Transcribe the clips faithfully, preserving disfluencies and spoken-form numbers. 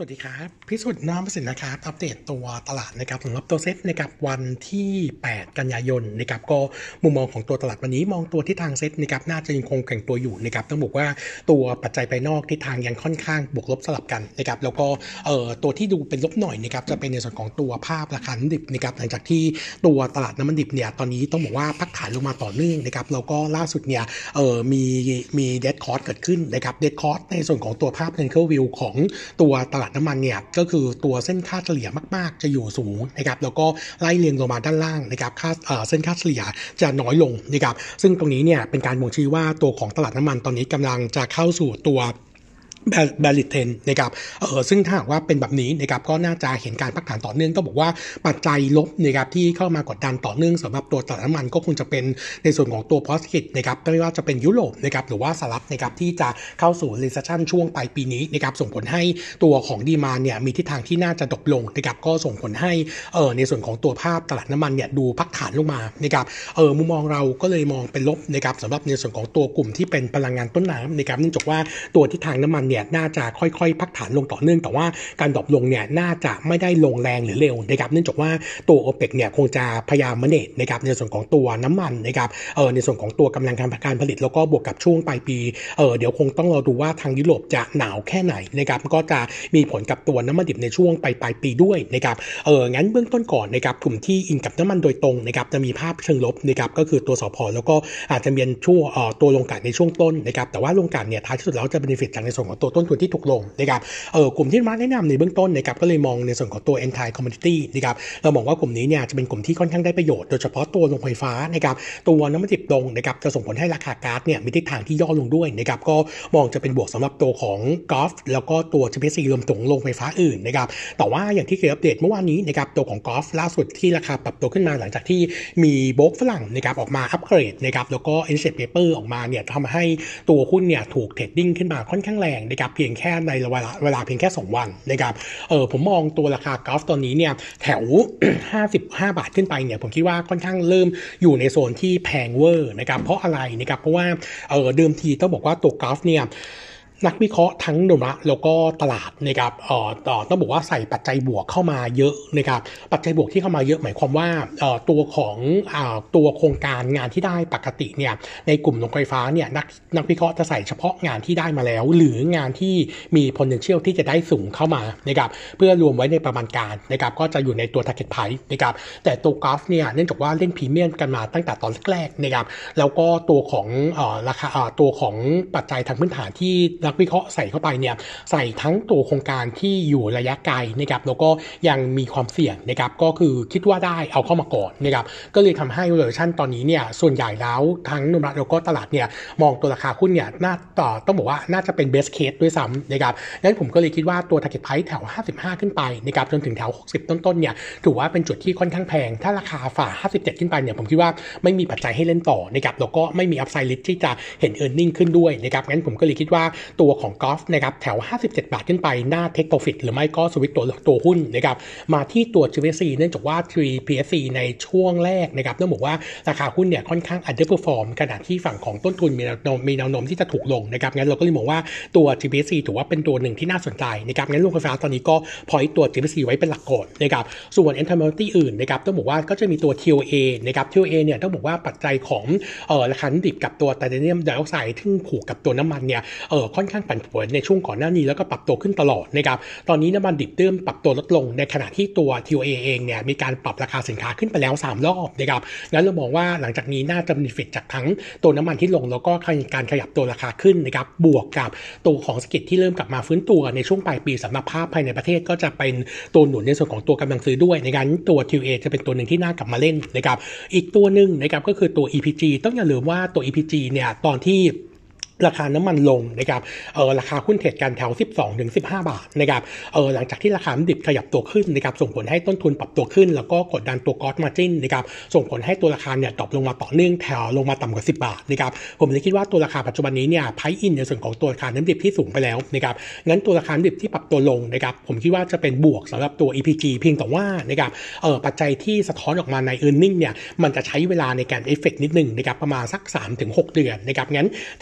สวัสดีครับพิสุทธิ์น้อมประสิทธิ์นะครับอัปเดตตัวตลาดนะครับสำหรับตัวเซ็ตนะครับวันที่แปดกันยายนนะครับก็มุมมองของตัวตลาดวันนี้มองตัวทิศทางเซ็ตนะครับน่าจะยังคงแข็งตัวอยู่นะครับต้องบอกว่าตัวปัจจัยภายนอกทิศทางยังค่อนข้างบวกลบสลับกันนะครับแล้วก็เอ่อตัวที่ดูเป็นลบหน่อยนะครับจะเป็นในส่วนของตัวภาพราคาน้ำดิบนะครับหลังจากที่ตัวตลาดน้ำมันดิบเนี่ยตอนนี้ต้องบอกว่าพักฐานลงมาต่อเนื่องนะครับแล้วก็ล่าสุดเนี่ยเอ่อมีมีเดดคอร์สเกิดขึ้นนะครับเดดคอร์สในส่วนของตัวภาพ Technical View ของตัวตลาดน้ำมันเนี่ยก็คือตัวเส้นค่าเฉลี่ยมากๆจะอยู่สูงนะครับแล้วก็ไล่เรียงลงมาด้านล่างนะครับค่าเอ่อเส้นค่าเฉลี่ยจะน้อยลงนะครับซึ่งตรงนี้เนี่ยเป็นการบ่งชี้ว่าตัวของตลาดน้ำมันตอนนี้กำลังจะเข้าสู่ตัวแบลิเทนนะครับเออซึ่งถ้าหากว่าเป็นแบบนี้นะครับก็น่าจะเห็นการพักฐานต่อเนื่องก็บอกว่าปัจจัยลบนะครับที่เข้ามากดดันต่อเนื่องสำหรับตัวตลาดน้ำมันก็คงจะเป็นในส่วนของตัว positive นะครับไม่ว่าจะเป็นยุโรปนะครับหรือว่าสหรัฐนะครับที่จะเข้าสู่ recession ช่วงปลายปีนี้นะครับส่งผลให้ตัวของดีมานด์เนี่ยมีทิศทางที่น่าจะตกลงนะครับก็ส่งผลให้เออในส่วนของตัวภาพตลาดน้ำมันเนี่ยดูพักฐานลงมานะครับเออมุมมองเราก็เลยมองเป็นลบนะครับสำหรับในส่วนของตัวกลุ่มที่เป็นพลังงานต้นน้ำนะครับเนื่องจากว่าตัวทิศทางน้ำมันเนี่ยน่าจะค่อยๆพักฐานลงต่อเนื่องแต่ว่าการดรอปลงเนี่ยน่าจะไม่ได้ลงแรงหรือเร็วนะครับเนื่องจากว่าตัว โอเปก เนี่ยคงจะพยายามเมเนจนะครับในส่วนของตัวน้ำมันนะครับเออในส่วนของตัวกำลังการผลิตแล้วก็บวกกับช่วงปลายปีเออเดี๋ยวคงต้องรอดูว่าทางยุโรปจะหนาวแค่ไหนนะครับก็จะมีผลกับตัวน้ำมันดิบในช่วงปลายปลายปีด้วยนะครับเอองั้นเบื้องต้นก่อนนะครับกลุ่มที่อิงกับน้ำมันโดยตรงนะครับจะมีภาพเชิงลบนะครับก็คือตัวสผ.แล้วก็อาจจะมีช่วงเอ่อตัวลงกลั่นในช่วงต้นนะครับแต่ว่าลงกลั่นเนี่ยท้ายที่สุดแล้วจะเบเนฟิตจากในส่วนของตัวต้นทุนที่ถูกลงนะครับเออกลุ่มที่มาแนะนำในเบื้องต้นนะครับก็เลยมองในส่วนของตัว Entire Commodity นะครับเรามองว่ากลุ่มนี้เนี่ยจะเป็นกลุ่มที่ค่อนข้างได้ประโยชน์โดยเฉพาะตัวโรงไฟฟ้านะครับตัวน้ำมันดิบลงนะครับจะส่งผลให้ราคาก๊าซเนี่ยมีทิศทางที่ย่อลงด้วยนะครับก็มองจะเป็นบวกสำหรับตัวของกอล์ฟแล้วก็ตัว จี พี เอส ซี รวมถึงโรงไฟฟ้าอื่นนะครับแต่ว่าอย่างที่เคยอัปเดตเมื่อวานนี้นะครับตัวของกอล์ฟล่าสุดที่ราคาปรับตัวขึ้นมาหลังจากที่มีโบรกฝรั่งนะครับออกมาอัปเกรดนะครับแล้วก็ Exchange Paper ออกมาเนี่ยทำให้ตัวหุ้นเนี่ยถูกเทรดดิ้งขึ้นมาค่อนข้างแรงนะครับเพียงแค่ในเวลาเวลาเพียงแค่สองวันนะครับเออผมมองตัวราคากอล์ฟตอนนี้เนี่ยแถว ห้าสิบห้า บาทขึ้นไปเนี่ยผมคิดว่าค่อนข้างเริ่มอยู่ในโซนที่แพงเวอร์นะครับเพราะอะไรนะครับเพราะว่าเออเดิมทีต้องบอกว่าตัวกอล์ฟเนี่ยนักวิเคราะห์ทั้งโนมะแล้วก็ตลาดนะครับเอ่อต้องบอกว่าใส่ปัจจัยบวกเข้ามาเยอะนะครับปัจจัยบวกที่เข้ามาเยอะหมายความว่าเอ่อตัวของเอ่อตัวโครงการงานที่ได้ปกติเนี่ยในกลุ่มโรงไฟฟ้าเนี่ยนักนักวิเคราะห์จะใส่เฉพาะงานที่ได้มาแล้วหรืองานที่มี potential ที่จะได้สูงเข้ามานะครับเพื่อรวมไว้ในประมาณการนะครับก็จะอยู่ในตัว target price นะครับแต่ตัวกราฟเนี่ยเนื่องจากว่าเล่นพรีเมียมกันมาตั้งแต่ตอนแรกๆนะครับแล้วก็ตัวของเอ่อราคาเอ่อตัวของปัจจัยทางพื้นฐานที่นักวิเคราะห์ใส่เข้าไปเนี่ยใส่ทั้งตัวโครงการที่อยู่ระยะไกลนะครับแล้วก็ยังมีความเสี่ยงนะครับก็คือคิดว่าได้เอาเข้ามาก่อนนะครับก็เลยทำให้ valuation ตอนนี้เนี่ยส่วนใหญ่แล้วทั้งโนมะแล้วก็ตลาดเนี่ยมองตัวราคาหุ้นเนี่ยน่าต่อต้องบอกว่าน่าจะเป็น best case ด้วยซ้ำนะครับงั้นผมก็เลยคิดว่าตัว target price แถวห้าสิบห้าขึ้นไปนะครับจนถึงแถวหกสิบต้นๆเนี่ยถือว่าเป็นจุดที่ค่อนข้างแพงถ้าราคาฝ่าห้าสิบเจ็ดขึ้นไปเนี่ยผมคิดว่าไม่มีปัจจัยให้เล่นต่อนะครับแล้วก็ไม่มี upside risk ที่จะเห็น earning ขึ้นด้วยนะครับงั้นผมก็เลยคิดว่าตัวของกอล์ฟนะครับแถวห้าสิบเจ็ดบาทขึ้นไปหน้า take profit หรือไม่ก็สวิตตัวตัวหุ้นนะครับมาที่ตัว จี พี เอส ซี เนื่องจากว่า จี พี เอส ซี ในช่วงแรกนะครับต้องบอกว่าราคาหุ้นเนี่ยค่อนข้าง underperform ขณะที่ฝั่งของต้นทุนมีแนวโน้มมีแนวโน้มที่จะถูกลงนะครับงั้นเราก็เลยมองว่าตัว จี พี เอส ซี ถือว่าเป็นตัวหนึ่งที่น่าสนใจนะครับงั้นโรงไฟฟ้าตอนนี้ก็พอยต์ตัว จี พี เอส ซี ไว้เป็นหลักก่อนนะครับส่วน Entity อื่นนะครับต้องบอกว่าก็จะมีตัว ที โอ เอ นะครับ ที โอ เอ เนี่ยต้องบอกว่าปัจจัยของเอ่อราคาน้ำดิบกับตัวไทเทเนียมไดออกไซด์ที่ผูกกับตัวน้ำมันเนี่ยเอ่อค่อนข้างผันผวนในช่วงก่อนหน้านี้แล้วก็ปรับตัวขึ้นตลอดนะครับตอนนี้น้ำมันดิบเริ่มปรับตัวลดลงในขณะที่ตัว ที โอ เอ เองเนี่ยมีการปรับราคาสินค้าขึ้นไปแล้วสามรอบนะครับงั้นเรามองว่าหลังจากนี้น่าจะมีฟิตจากทั้งตัวน้ำมันที่ลงแล้วก็การขยับตัวราคาขึ้นนะครับบวกกับตัวของเศรษฐกิจที่เริ่มกลับมาฟื้นตัวในช่วงปลายปีสำหรับภาพภายในประเทศก็จะเป็นตัวหนุนในส่วนของตัวกำลังซื้อด้วยในการตัว ที โอ เอ จะเป็นตัวหนึ่งที่น่ากลับมาเล่นนะครับอีกตัวหนึ่งนะครับก็คือตัว อี พี จี ต้องอย่าลืมว่าตัว อี พี จี เนี่ยตอนที่ราคาน้ำมันลงนะครับเออราคาหุ้นเทรดกันแถว สิบสองถึงสิบห้า บาทนะครับเออหลังจากที่ราคาน้ำดิบขยับตัวขึ้นนะครับส่งผลให้ต้นทุนปรับตัวขึ้นแล้วก็กดดันตัวกอสมาร์จิ้นนะครับส่งผลให้ตัวราคาเนี่ยดรอปลงมาต่อเนื่องแถวลงมาต่ำกว่าสิบบาทนะครับผมเลยคิดว่าตัวราคาปัจจุบันนี้เนี่ยไพร์อินในส่วนของตัวราคาน้ำดิบที่สูงไปแล้วนะครับงั้นตัวราคาน้ำดิบที่ปรับตัวลงนะครับผมคิดว่าจะเป็นบวกสำหรับตัว อี พี จี เพียงแต่ว่านะครับเออปัจจัยที่สะท้อนออกมาใน earning เนี่ยมันจะใช้เวลาในการเอฟเฟกต์นิดนึงนะครับประมาณสัก สามถึงหก เดือนนะครับงั้นจากนี้ไป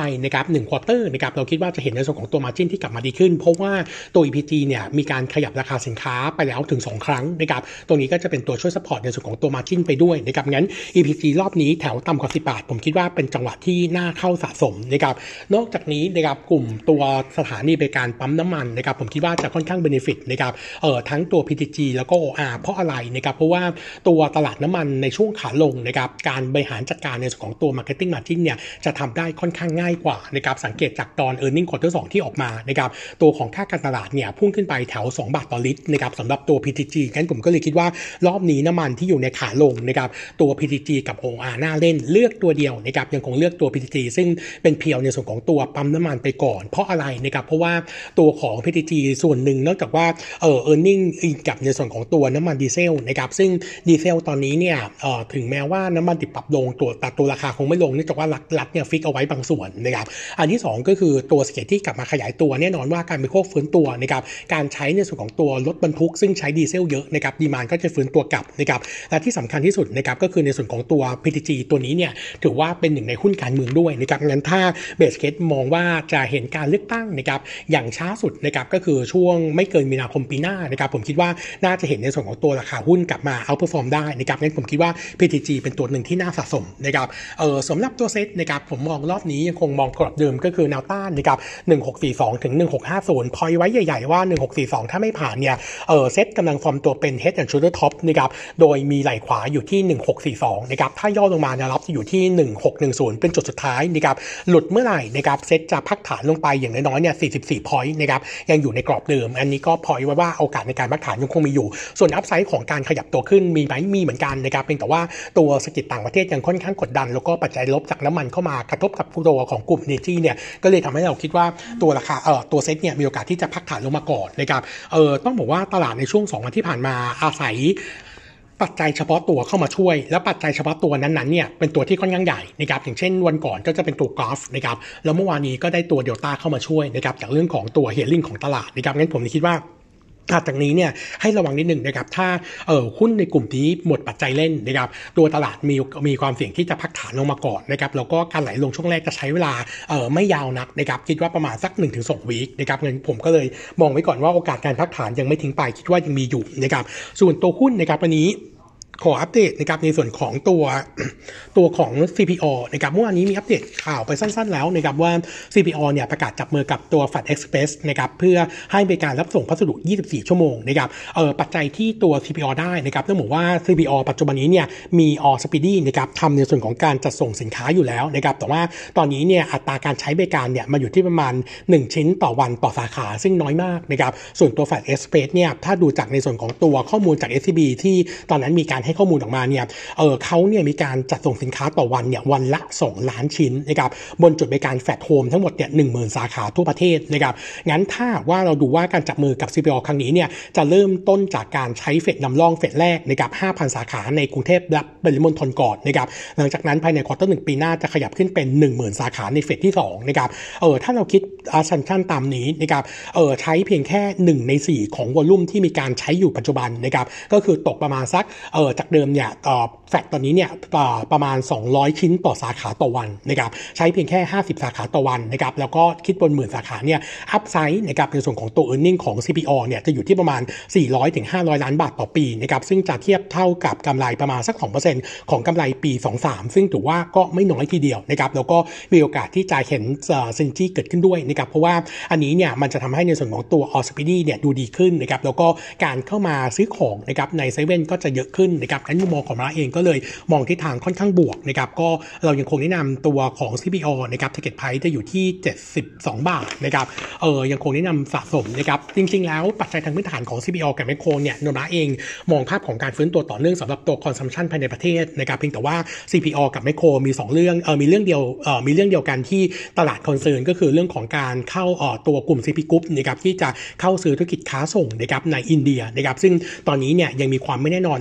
นะครับหนึ่งควอเตอร์นะครับเราคิดว่าจะเห็นในส่วนของตัว margin ที่กลับมาดีขึ้นเพราะว่าตัว อี พี จี เนี่ยมีการขยับราคาสินค้าไปแล้วถึงสองครั้งนะครับตรงนี้ก็จะเป็นตัวช่วย support ในส่วนของตัว margin ไปด้วยนะครับงั้น อี พี จี รอบนี้แถวต่ำกว่าสิบบาทผมคิดว่าเป็นจังหวะที่น่าเข้าสะสมนะครับนอกจากนี้นะครับกลุ่มตัวสถานีบริการปั๊มน้ำมันนะครับผมคิดว่าจะค่อนข้าง benefit นะครับเอ่อทั้งตัว พี ที จี แล้วก็ โอ อาร์ เพราะอะไรนะครับเพราะว่าตัวตลาดน้ำมันในช่วงขาลงนะครับการบริหารจัดการในส่วนของตัว marketing margin เนี่ยจะทำได้ค่อนข้างง่ายกว่านะครับสังเกตจากตอน earning quarter สองที่ออกมานะครับตัวของค่าการตลาดเนี่ยพุ่งขึ้นไปแถวสองบาทต่อลิตรนะครับสำหรับตัว พี ที จี งั้นผมก็เลยคิดว่ารอบนี้น้ำมันที่อยู่ในขาลงนะครับตัว พี ที จี กับ โอ อาร์ น่าเล่นเลือกตัวเดียวนะครับยังคงเลือกตัว พี ที จี ซึ่งเป็นเพียวในส่วนของตัวปั๊มน้ำมันไปก่อนเพราะอะไรนะครับเพราะว่าตัวของ พี ที จี ส่วนหนึ่งนอกจากว่าเอ่อ earning กับในส่วนของตัวน้ำมันดีเซลนะครับซึ่งดีเซลตอนนี้เนี่ยเอ่อถึงแม้ว่าน้ำมันดิบปรับลงตัวแต่ตัวราคาคงไม่ลงเนื่องจากว่ารัฐเนี่ยฟิกเอาไว้บางส่วนนะครับอันที่สองก็คือตัวเศรษฐกิจที่กลับมาขยายตัวแน่นอนว่าการบริโภคฟื้นตัวนะครับการใช้ในส่วนของตัวรถบรรทุกซึ่งใช้ดีเซลเยอะนะครับดีมานด์ก็จะฟื้นตัวกลับนะครับและที่สำคัญที่สุดนะครับก็คือในส่วนของตัว พี ที จี ตัวนี้เนี่ยถือว่าเป็นหนึ่งในหุ้นการเมืองด้วยนะครับงั้นถ้าเบสเคสมองว่าจะเห็นการเลือกตั้งนะครับอย่างช้าสุดนะครับก็คือช่วงไม่เกินมีนาคมปีหน้านะครับผมคิดว่าน่าจะเห็นในส่วนของตัวราคาหุ้นกลับมาเอาท์เพอร์ฟอร์มได้นะครับงั้นผมคิดว่า พี ที จี เป็นตัวหนึ่งที่น่าสะสมนะครับเออสำหรับตัวเซตนะครับผมมองรอบนี้ยังคงมองกรอบเดิมก็คือแนวต้านนะครับหนึ่งหกสี่สองถึงหนึ่งหกห้าศูนย์พอยไว้ใหญ่ๆว่าหนึ่งหกสี่สองถ้าไม่ผ่านเนี่ยเออเซตกำลังฟอร์มตัวเป็น Head and Shoulder Top นะครับโดยมีไหล่ขวาอยู่ที่หนึ่งหกสี่สองนะครับถ้าย่อลงมาแนวรับจะอยู่ที่หนึ่งหกหนึ่งศูนย์เป็นจุดสุดท้ายนะครับหลุดเมื่อไหร่นะครับเซตจะพักฐานลงไปอย่างน้อยๆเนี่ยสี่สิบสี่ point นะครับยังอยู่ในกรอบเดิมอันนี้ก็พอยไว้ว่าโอกาสในการพักฐานยังคงมีอยู่ส่วนอัพไซด์ของการขยับตัวขึ้นมีไหมมีเหมือนกันนะครับเพียงแต่ว่าตัวเศรษฐกิจต่างประเทศยังค่อนข้างกดดันแล้วก็ปัจจัยลบจากน้ำมันเข้ามากระทบกับตัวของกลุ่ม Energy เนี่ยก็เลยทำให้เราคิดว่าตัวราคาเอ่อตัวเซตเนี่ยมีโอกาสที่จะพักฐานลงมาก่อนนะครับเอ่อต้องบอกว่าตลาดในช่วงสองวันที่ผ่านมาอาศัยปัจจัยเฉพาะตัวเข้ามาช่วยแล้วปัจจัยเฉพาะตัวนั้นๆเนี่ยเป็นตัวที่ค่อนข้างใหญ่นะครับอย่างเช่นวันก่อนก็จะเป็นตัวกราฟนะครับแล้วเมื่อวานนี้ก็ได้ตัวเดลต้าเข้ามาช่วยนะครับจากเรื่องของตัวเฮลิ่งของตลาดนะครับงั้นผมคิดว่าจากนี้เนี่ยให้ระวังนิดหนึ่งนะครับถ้าเอ่อหุ้นในกลุ่มนี้หมดปัจจัยเล่นนะครับตัวตลาดมีมีความเสี่ยงที่จะพักฐานลงมาก่อนนะครับแล้วก็การไหลลงช่วงแรกจะใช้เวลาเอ่อไม่ยาวนักนะครับคิดว่าประมาณสัก หนึ่งถึงสอง วีคนะครับงั้นผมก็เลยมองไว้ก่อนว่าโอกาสการพักฐานยังไม่ทิ้งไปคิดว่ายังมีอยู่นะครับส่วนตัวหุ้นนะครับวันนี้ขออัปเดตนะครับในส่วนของตัวตัวของ ซี พี โอ นะครับเมื่อวานนี้มีอัปเดตข่าวไปสั้นๆแล้วนะครับว่า ซี พี โอ เนี่ยประกาศจับมือกับตัว Fat Express นะครับเพื่อให้บริการรับส่งพัสดุยี่สิบสี่ชั่วโมงนะครับเอ่อปัจจัยที่ตัว ซี พี โอ ได้นะครับต้องบอกว่า ซี พี โอ ปัจจุบันนี้เนี่ยมี All Speedy นะครับทำในส่วนของการจัดส่งสินค้าอยู่แล้วนะครับแต่ว่าตอนนี้เนี่ยอัตราการใช้บริการเนี่ยมาอยู่ที่ประมาณหนึ่งชิ้นต่อวันต่อสาขาซึ่งน้อยมากนะครับส่วนตัว Fat Express เนี่ยถ้าดูจากในส่วนของตัวข้อมูลจาก เอส ซี บี ที่ตอนนั้นมีการให้ข้อมูลออกมาเนี่ยเออเขาเนี่ยมีการจัดส่งสินค้าต่อวันเนี่ยวันละสองล้านชิ้นนะครับบนจุดบริการแฟลตโฮมทั้งหมดเนี่ย หนึ่งหมื่น สาขาทั่วประเทศนะครับงั้นถ้าว่าเราดูว่าการจับมือกับ ซี พี โอ ครั้งนี้เนี่ยจะเริ่มต้นจากการใช้เฟสนำร่องเฟสแรกนะครับ ห้าพัน สาขาในกรุงเทพและปริมณฑลก่อนนะครับหลังจากนั้นภายในควอเตอร์หนึ่งปีหน้าจะขยับขึ้นเป็น หนึ่งหมื่น สาขาในเฟสที่สองนะครับเออถ้าเราคิด assumption ตามนี้นะครับเออใช้เพียงแค่หนึ่งในสี่ของวอลลุ่มที่มีการใช้อยู่ปัจจุบันนะครับก็คือตกประมาณสักเออจากเดิมเนี่ยเออแฟลตตอนนี้เนี่ยประมาณสองร้อยชิ้นต่อสาขาต่อวันนะครับใช้เพียงแค่ห้าสิบสาขาต่อวันนะครับแล้วก็คิดบนหมื่นสาขาเนี่ยอัพไซด์นะครับในส่วนของตัว earning ของ ซี พี โอ เนี่ยจะอยู่ที่ประมาณสี่ร้อยถึงห้าร้อยล้านบาทต่อปีนะครับซึ่งจะเทียบเท่ากับกำไรประมาณสัก สองเปอร์เซ็นต์ ของกำไรปีสองสิบสามซึ่งถือว่าก็ไม่น้อยทีเดียวนะครับแล้วก็มีโอกาสที่จะเห็นซินจี้เกิดขึ้นด้วยนะครับเพราะว่าอันนี้เนี่ยมันจะทำให้ในส่วนของตัว All Speedy เนี่ยดูดีขึ้นนะครับแล้วก็การเข้ามาซื้อของนะครับในเซเว่นก็จะเยอะขึ้นนะครับงั้นมุมมองของเราเองก็เลยมองทิศทางค่อนข้างบวกนะครับก็เรายังคงแนะนำตัวของ ซี พี โอ นะครับ Target Price จะอยู่ที่เจ็ดสิบสองบาทนะครับเออยังคงแนะนำสะสมนะครับจริงๆแล้วปัจจัยทางพื้นฐานของ ซี พี โอ กับแมคโครเนี่ยโนราเองมองภาพของการฟื้นตัวต่อเนื่องสำหรับตัว consumption ภายในประเทศนะครับเพียงแต่ว่า ซี พี โอ กับแมคโครมีสองเรื่องเออมีเรื่องเดียวเออมีเรื่องเดียวกันที่ตลาดคอนเซิร์นก็คือเรื่องของการเข้าเอ่อตัวกลุ่ม ซี พี Group นะครับที่จะเข้าซื้อธุรกิจค้าส่งนะครับในอินเดียนะครับซึ่งตอนนี้เนี่ยยังมีความไม่แน่นอนแล้วกว่าจะ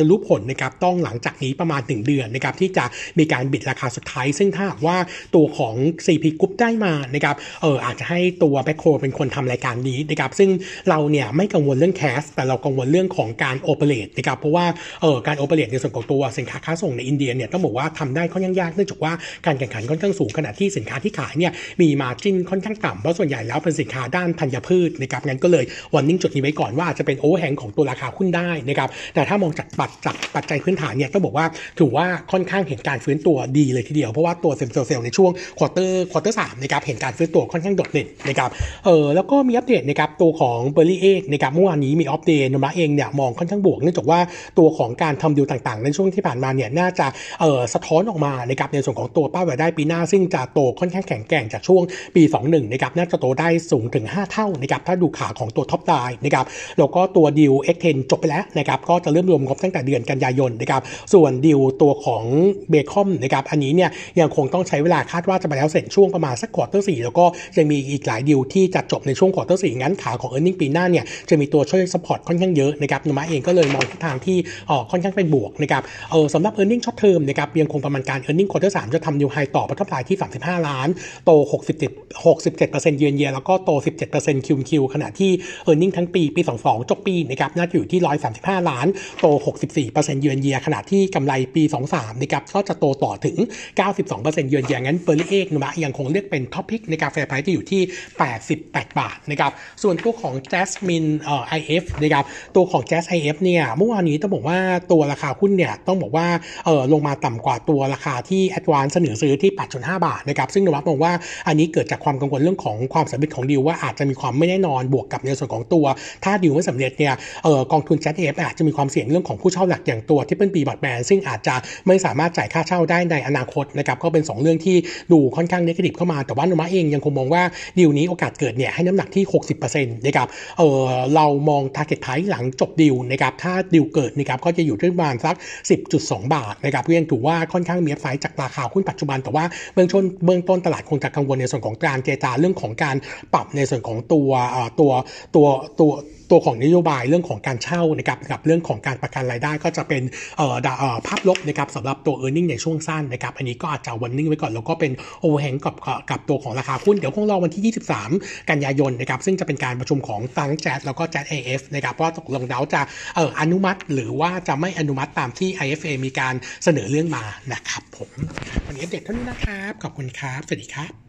รลุผลนะครับต้องหลังจากนี้ประมาณหนึ่งเดือนนะครับที่จะมีการบิดราคาสุดท้ายซึ่งถ้าหากว่าตัวของ ซี พี Group ได้มานะครับเอออาจจะให้ตัวแบ็คโคเป็นคนทำรายการนี้นะครับซึ่งเราเนี่ยไม่กังวลเรื่องแคสแต่เรากังวลเรื่องของการโอเปเรตนะครับเพราะว่าเออการโอเปเรตในส่วนของตัวสินค้าค้าส่งในอินเดียเนี่ยต้องบอกว่าทำได้ค่อนข้างยากเนื่องจากว่าการแข่งขันค่อนข้างสูงขณะที่สินค้าที่ขายเนี่ยมีมาร์จิ้นค่อนข้างต่ำเพราะส่วนใหญ่แล้วเป็นสินค้าด้านธัญพืชนะครับงั้นก็เลยวอร์นิ่งจุดนี้ไว้ก่อนว่าอาจจะเป็นโอเวอร์แฮงของตัวราคาหุ้นได้นะครับแต่ถ้ามองจากปัจจากปัจจัยพื้นฐานเนี่ยต้องบอกว่าถือว่าค่อนข้างเห็นการฟื้นตัวดีเลยทีเดียวเพราะว่าตัวเซมเซลในช่วงควอเตอร์ควอเตอร์สามนะครับเห็นการฟื้นตัวค่อนข้างโดดเด่นนะครับเออแล้วก็มีอัปเดตนะครับตัวของเบอร์รี่เอกนะครับเมื่อวานนี้มีอัปเดตนมะเองเนี่ยมองค่อนข้างบวกเนื่องจากว่าตัวของการทำดีลต่างๆในช่วงที่ผ่านมาเนี่ยน่าจะเอ่อสะท้อนออกมานะครับในส่วนของตัวเป้ารายได้ปีหน้าซึ่งจะโตค่อนข้างแข็งแกร่งจากช่วงปีสองสิบเอ็ดนะครับน่าจะโตได้สูงถึงห้าเท่านะครับถ้าดูขาของตัวท็อปไลน์นะครับแล้วก็ตัวดีล เอ็กซ์ เท็น จบไปแล้วนะครับก็จะเริ่มรวมงบตั้งแต่เดือนกันยายนนะครับส่วนดีลตัวของเบคอมนะครับอันนี้เนี่ยยังคงต้องใช้เวลาคาดว่าจะไปแล้วเสร็จช่วงประมาณสักควอเตอร์สี่แล้วก็ยังมีอีกหลายดีลที่จะจบในช่วงควอเตอร์สี่งั้นขาของ earning ปีหน้าเนี่ยจะมีตัวช่วยซัพพอร์ตค่อนข้างเยอะนะครับนมะเองก็เลยมองทิศทางที่ออกค่อนข้างเป็นบวกนะครับเออสำหรับ earning short term นะครับยังคงประมาณการ earning quarter สามจะทำ new high ต่อ bottom line ที่สามสิบห้าล้านโตหกสิบเจ็ด หกสิบเจ็ดเปอร์เซ็นต์ year on year แล้วก็โต สิบเจ็ดเปอร์เซ็นต์ คิว คิว ขณะที่ earning ทั้งปีปีสองสิบสองจบปีนะครับน่าจะอยู่ที่หนึ่งร้อยสามสิบห้าล้านโต หกสิบสี่เปอร์เซ็นต์ year on year ขณะที่กำไรปีสองสิบสามนะครับก็จะโตต่อถึง เก้าสิบสองเปอร์เซ็นต์ year on year งั้น เบอร์รี่เอกนมะยังคงเลือกเป็น top pick ในกาแฟไพรซ์ที่อยู่ที่แปดสิบแปดบาทนะครับส่วนตัวของ Jasmine เอ่อ ไอ เอฟ นะครับตัวของ Jas ไอ เอฟ เนี่ยเมื่อวานนี้ต้องบอกว่าตัวราคาหุ้นเนี่ยต้องบอกว่าเออลงมาต่ำกว่าตัวราคาที่ Advance เสนอซื้อที่ แปดจุดห้าบาทนะครับซึ่งนวัดมองว่าอันนี้เกิดจากความกังวลเรื่องของความสำเร็จของดีลว่าอาจจะมีความไม่แน่นอนบวกกับในส่วนของตัวถ้าดีลไม่สำเร็จเนี่ยเออกองทุน Jas ไอ เอฟ อาจจะมีความเสี่ยงเรื่องของผู้เช่าหลักอย่างตัว Triple B Broadband ซึ่งอาจจะไม่สามารถจ่ายค่าเช่าได้ในอนาคตนะครับก็เป็นสองเรื่องที่ดูค่อนข้างเนกาทีฟเข้ามาแต่ว่านมะเองยังคงมองว่าดีลนี้โอกาสเกิดเนี่ยให้น้ำหนักที่ หกสิบเปอร์เซ็นต์ นะครับเออเรามอง target price หลังจบดีลนะครับถ้าดีลเกิดนะครับก็จะอยู่ที่ประมาณสัก สิบจุดสองบาทนะครับเรียกถือว่าค่อนข้างมีอัพไซด์จากราคาหุ้นปัจจุบันแต่ว่าเบื้องต้นเบื้องต้นตลาดคงจะกังวลในส่วนของการเจรจาเรื่องของการปรับในส่วนของตัวตัวตัวตัวตัวของนโยบายเรื่องของการเช่านะครับกับเรื่องของการประกันรายได้ก็จะเป็นเอ่อภาพลบนะครับสำหรับตัว earning ในช่วงสั้นนะครับอันนี้ก็อาจจะวันนิ่งไว้ก่อนแล้วก็เป็น overhang กับกับตัวของราคาหุ้นเดี๋ยวคงรอวันที่ยี่สิบสามกันยายนนะครับซึ่งจะเป็นการประชุมของทั้ง แจส แล้วก็ Jas ไอ เอฟ นะครับว่าตกลงแล้วจะเอ่ออนุมัติหรือว่าจะไม่อนุมัติตามที่ ไอ เอฟ เอ มีการเสนอเรื่องมานะครับผมวันนี้อัปเดตเท่านี้นะครับขอบคุณครับสวัสดีครับ